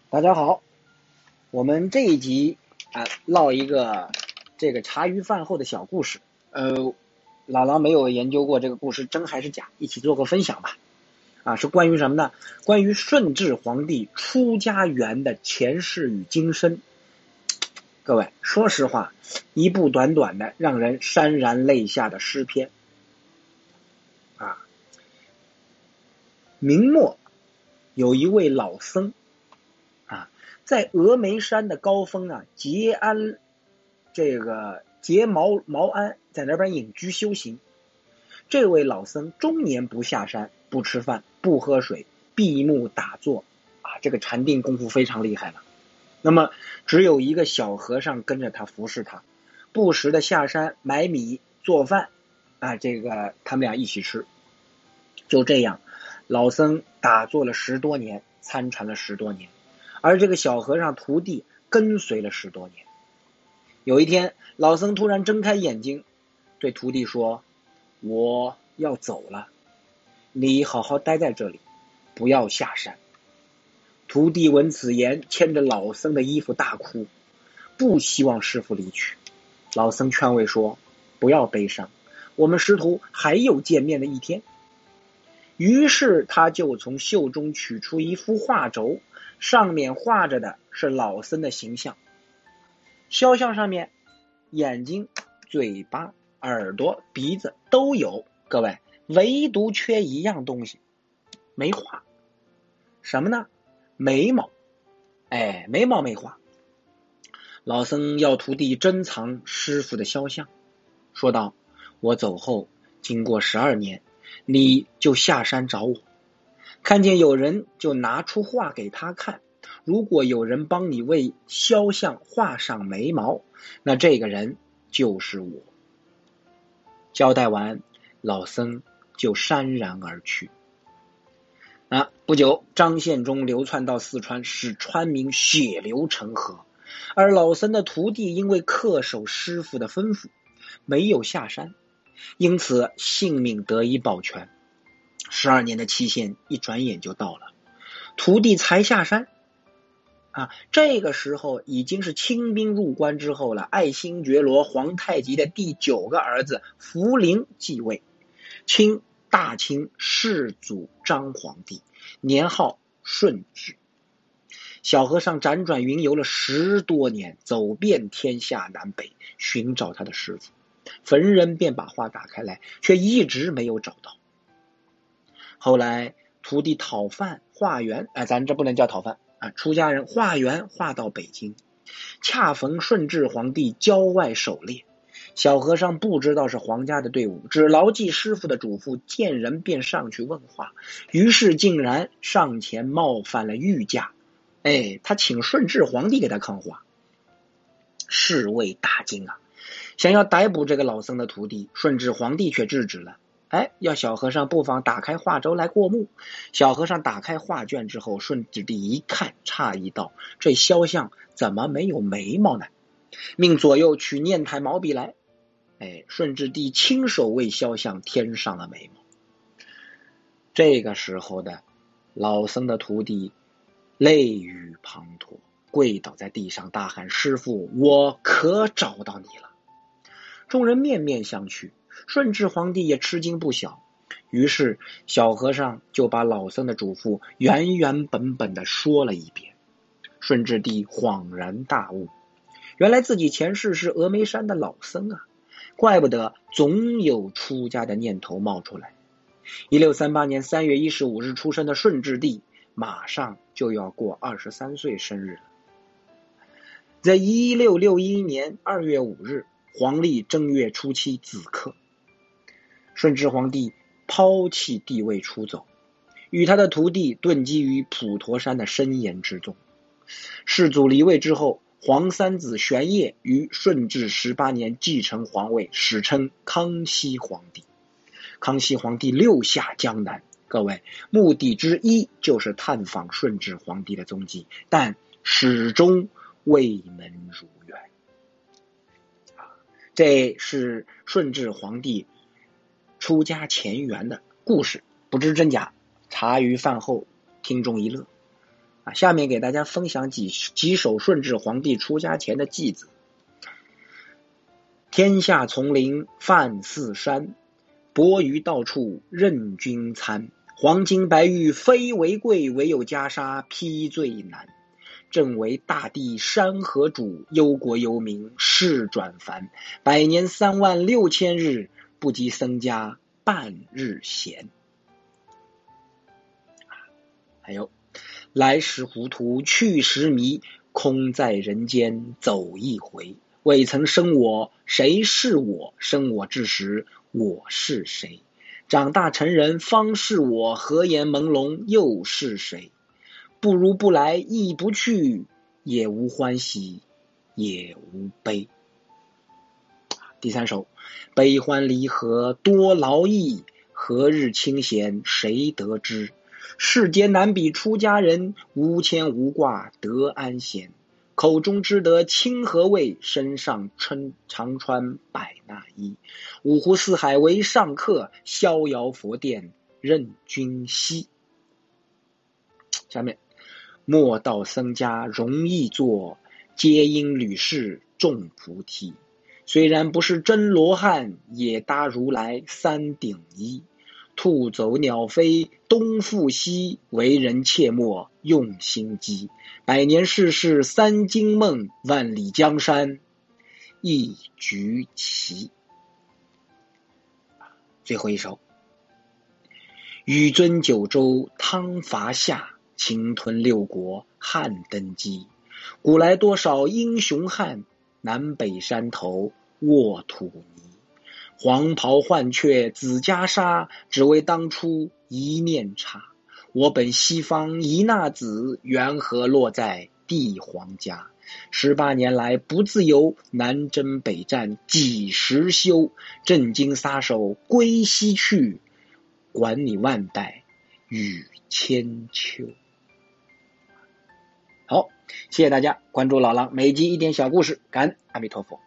大家好，我们这一集唠一个这个茶余饭后的小故事。老狼没有研究过这个故事真还是假，一起做个分享吧。是关于什么呢？关于顺治皇帝出家园的前世与今生。各位，说实话，一部短短的让人潸然泪下的诗篇。明末有一位老僧在峨眉山的高峰结毛庵，在那边隐居修行。这位老僧终年不下山，不吃饭，不喝水，闭目打坐这个禅定功夫非常厉害了。那么只有一个小和尚跟着他服侍他，不时的下山买米做饭他们俩一起吃。就这样，老僧打坐了10多年，参禅了10多年，而这个小和尚徒弟跟随了10多年。有一天，老僧突然睁开眼睛，对徒弟说：我要走了，你好好待在这里，不要下山。徒弟闻此言，牵着老僧的衣服大哭，不希望师父离去。老僧劝慰说：不要悲伤，我们师徒还有见面的一天。于是他就从袖中取出一幅画轴，上面画着的是老僧的形象。肖像上面眼睛、嘴巴、耳朵、鼻子都有，各位，唯独缺一样东西，没画。什么呢？眉毛。眉毛没画。老僧要徒弟珍藏师父的肖像，说道：我走后经过12年，你就下山找我，看见有人就拿出画给他看，如果有人帮你为肖像画上眉毛，那这个人就是我。交代完，老僧就潸然而去。不久，张献忠流窜到四川，使川民血流成河，而老僧的徒弟因为恪守师父的吩咐，没有下山，因此性命得以保全。12年的期限一转眼就到了，徒弟才下山。这个时候已经是清兵入关之后了。爱新觉罗皇太极的第9个儿子福临继位，大清世祖张皇帝，年号顺治。小和尚辗转云游了10多年，走遍天下南北，寻找他的师父。逢人便把画打开来，却一直没有找到。后来徒弟讨饭化缘，咱这不能叫讨饭出家人化缘化到北京，恰逢顺治皇帝郊外狩猎。小和尚不知道是皇家的队伍，只牢记师父的嘱咐，见人便上去问话，于是竟然上前冒犯了御驾。他请顺治皇帝给他看画。侍卫大惊想要逮捕这个老僧的徒弟，顺治皇帝却制止了。要小和尚不妨打开画轴来过目。小和尚打开画卷之后，顺治帝一看，诧异道：这肖像怎么没有眉毛呢？命左右取砚台毛笔来。顺治帝亲手为肖像添上了眉毛。这个时候的老僧的徒弟泪雨滂沱，跪倒在地上大喊：师父，我可找到你了。众人面面相觑，顺治皇帝也吃惊不小。于是小和尚就把老僧的嘱咐原原本本的说了一遍。顺治帝恍然大悟，原来自己前世是峨眉山的老僧怪不得总有出家的念头冒出来。1638年3月15日出生的顺治帝马上就要过23岁生日了。在1661年2月5日黄历正月初7子刻，顺治皇帝抛弃帝位出走，与他的徒弟遁迹于普陀山的深岩之中。世祖离位之后，皇三子玄烨于顺治18年继承皇位，史称康熙皇帝。康熙皇帝6下江南，各位，目的之一就是探访顺治皇帝的踪迹，但始终未能如愿。这是顺治皇帝出家前缘的故事，不知真假，茶余饭后听众一乐。 下面给大家分享几首顺治皇帝出家前的偈子。天下丛林泛似山，薄鱼到处任君餐。黄金白玉非为贵，唯有袈裟披最难。正为大地山河主，忧国忧民事转繁。百年36000日，不及僧家半日闲。还有来时糊涂去时迷，空在人间走一回。未曾生我，谁是我？生我之时，我是谁？长大成人方是我，合眼朦胧又是谁？不如不来亦不去，也无欢喜也无悲。第3首，悲欢离合多劳役，何日清闲谁得知？世间难比出家人，无牵无挂得安闲。口中只得清和味，身上常穿百衲衣。五湖四海为上客，逍遥佛殿任君息。下面，莫道僧家容易做，皆因屡试众菩提。虽然不是真罗汉，也搭如来3顶一。兔走鸟飞东复西，为人切莫用心机。百年世事3惊梦，万里江山一局棋。最后一首，禹遵九州汤伐夏，侵吞6国汉登基。古来多少英雄汉，南北山头卧土泥。黄袍换却紫袈裟，只为当初一念差。我本西方一纳子，缘何落在帝皇家？18年来不自由，南征北战几时休？震惊撒手归西去，管你万代与千秋。好，谢谢大家关注老狼，每集一点小故事，感恩阿弥陀佛。